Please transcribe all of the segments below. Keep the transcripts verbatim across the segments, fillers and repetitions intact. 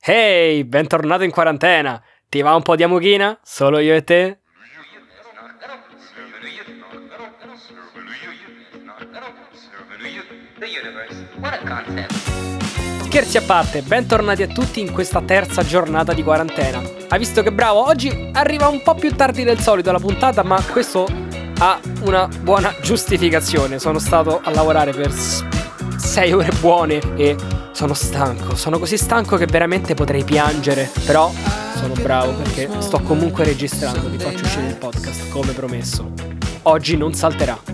Ehi, bentornato in quarantena. Ti va un po' di amuchina? Solo io e te? Scherzi a parte, bentornati a tutti in questa terza giornata di quarantena. Hai visto che bravo? Oggi arriva un po' più tardi del solito la puntata, ma questo ha una buona giustificazione. Sono stato a lavorare per sei ore buone e sono stanco. Sono così stanco che veramente potrei piangere. Però sono bravo perché sto comunque registrando. Vi faccio uscire il podcast come promesso. Oggi non salterà.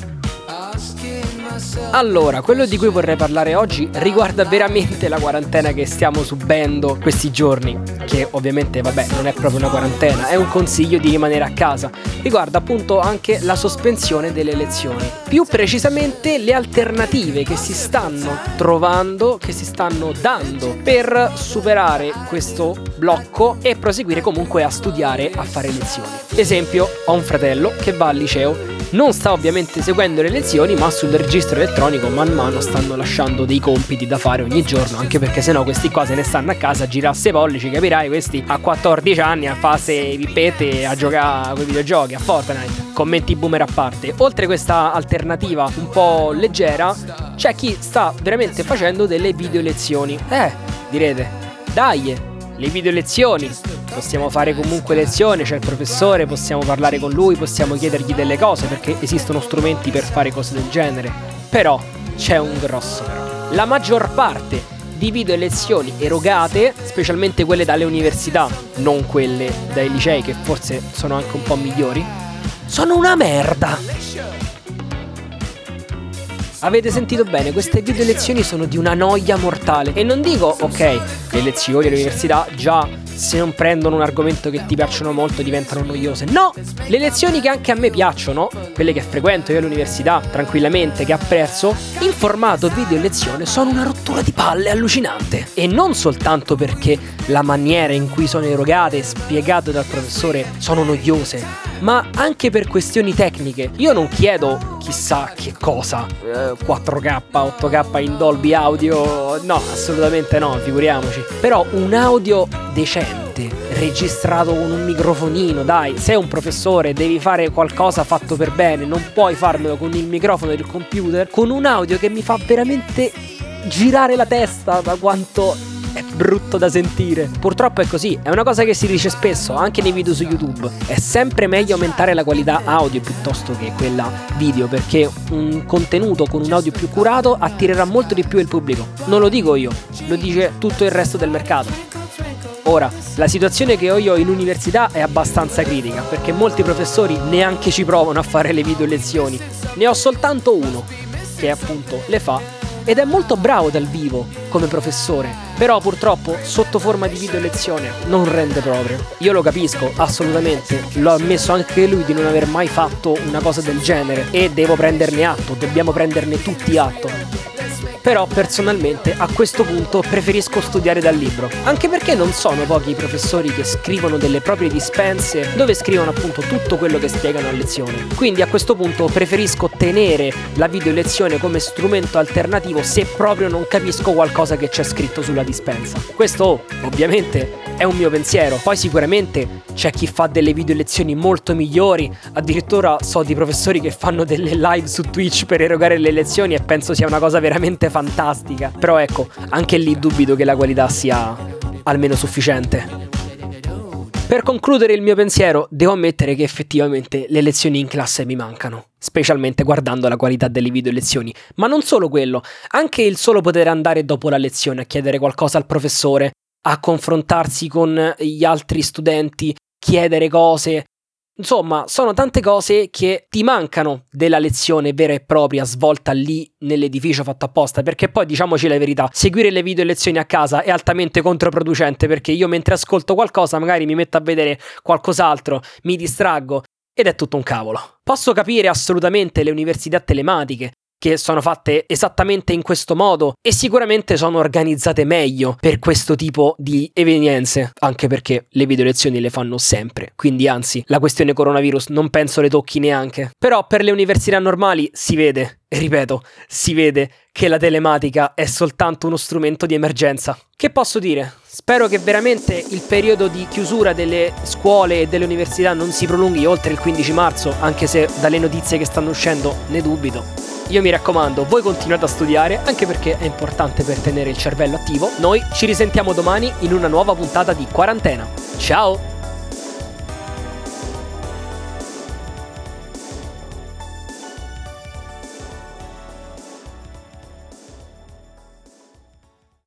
Allora, quello di cui vorrei parlare oggi riguarda veramente la quarantena che stiamo subendo questi giorni, che ovviamente, vabbè, non è proprio una quarantena, è un consiglio di rimanere a casa. Riguarda appunto anche la sospensione delle lezioni, più precisamente le alternative che si stanno trovando, che si stanno dando per superare questo blocco e proseguire comunque a studiare, a fare lezioni. Esempio, ho un fratello che va al liceo. Non sta ovviamente seguendo le lezioni, ma sul registro elettronico man mano stanno lasciando dei compiti da fare ogni giorno, anche perché sennò questi qua se ne stanno a casa a girarsi i pollici, capirai, questi a quattordici anni a fare pippette, a giocare con i videogiochi, a Fortnite. Commenti boomer a parte. Oltre questa alternativa un po' leggera, c'è chi sta veramente facendo delle video lezioni. Eh, direte, dai, le video lezioni, possiamo fare comunque lezione, c'è il professore, possiamo parlare con lui, possiamo chiedergli delle cose, perché esistono strumenti per fare cose del genere. Però c'è un grosso però. La maggior parte di video lezioni erogate, specialmente quelle dalle università, non quelle dai licei, che forse sono anche un po' migliori, sono una merda. Avete sentito bene, queste video lezioni sono di una noia mortale. E non dico, ok, le lezioni all'università già se non prendono un argomento che ti piacciono molto diventano noiose. No, le lezioni che anche a me piacciono, quelle che frequento io all'università tranquillamente, che apprezzo, in formato video lezione sono una rottura di palle allucinante. E non soltanto perché la maniera in cui sono erogate e spiegate dal professore sono noiose, ma anche per questioni tecniche. Io non chiedo chissà che cosa, eh, quattro K, otto K in Dolby Audio, no, assolutamente no, figuriamoci. Però un audio decente, registrato con un microfonino, dai, sei un professore, devi fare qualcosa fatto per bene, non puoi farmelo con il microfono del computer, con un audio che mi fa veramente girare la testa da quanto è brutto da sentire. Purtroppo è così, è una cosa che si dice spesso anche nei video su YouTube. È sempre meglio aumentare la qualità audio piuttosto che quella video, perché un contenuto con un audio più curato attirerà molto di più il pubblico. Non lo dico io, lo dice tutto il resto del mercato. Ora, la situazione che ho io in università è abbastanza critica, perché molti professori neanche ci provano a fare le video lezioni. Ne ho soltanto uno che appunto le fa ed è molto bravo dal vivo come professore, però purtroppo sotto forma di video lezione non rende proprio. Io lo capisco assolutamente, l'ho ammesso anche lui di non aver mai fatto una cosa del genere e devo prenderne atto, dobbiamo prenderne tutti atto. Però personalmente a questo punto preferisco studiare dal libro, anche perché non sono pochi i professori che scrivono delle proprie dispense dove scrivono appunto tutto quello che spiegano a lezione. Quindi a questo punto preferisco tenere la video lezione come strumento alternativo se proprio non capisco qualcosa che c'è scritto sulla dispensa. Questo ovviamente è un mio pensiero. Poi sicuramente c'è chi fa delle video lezioni molto migliori, addirittura so di professori che fanno delle live su Twitch per erogare le lezioni e penso sia una cosa veramente fantastica. Però ecco, anche lì dubito che la qualità sia almeno sufficiente. Per concludere il mio pensiero, devo ammettere che effettivamente le lezioni in classe mi mancano, specialmente guardando la qualità delle video lezioni. Ma non solo quello, anche il solo poter andare dopo la lezione a chiedere qualcosa al professore, a confrontarsi con gli altri studenti, chiedere cose. Insomma, sono tante cose che ti mancano della lezione vera e propria svolta lì nell'edificio fatto apposta, perché poi diciamoci la verità, seguire le video lezioni a casa è altamente controproducente, perché io mentre ascolto qualcosa magari mi metto a vedere qualcos'altro, mi distraggo ed è tutto un cavolo. Posso capire assolutamente le università telematiche, che sono fatte esattamente in questo modo e sicuramente sono organizzate meglio per questo tipo di evenienze, anche perché le video lezioni le fanno sempre, quindi anzi la questione coronavirus non penso le tocchi neanche. Però per le università normali si vede, e ripeto, si vede che la telematica è soltanto uno strumento di emergenza. Che posso dire? Spero che veramente il periodo di chiusura delle scuole e delle università non si prolunghi oltre il quindici marzo, anche se dalle notizie che stanno uscendo ne dubito. Io mi raccomando, voi continuate a studiare, anche perché è importante per tenere il cervello attivo. Noi ci risentiamo domani in una nuova puntata di Quarantena. Ciao!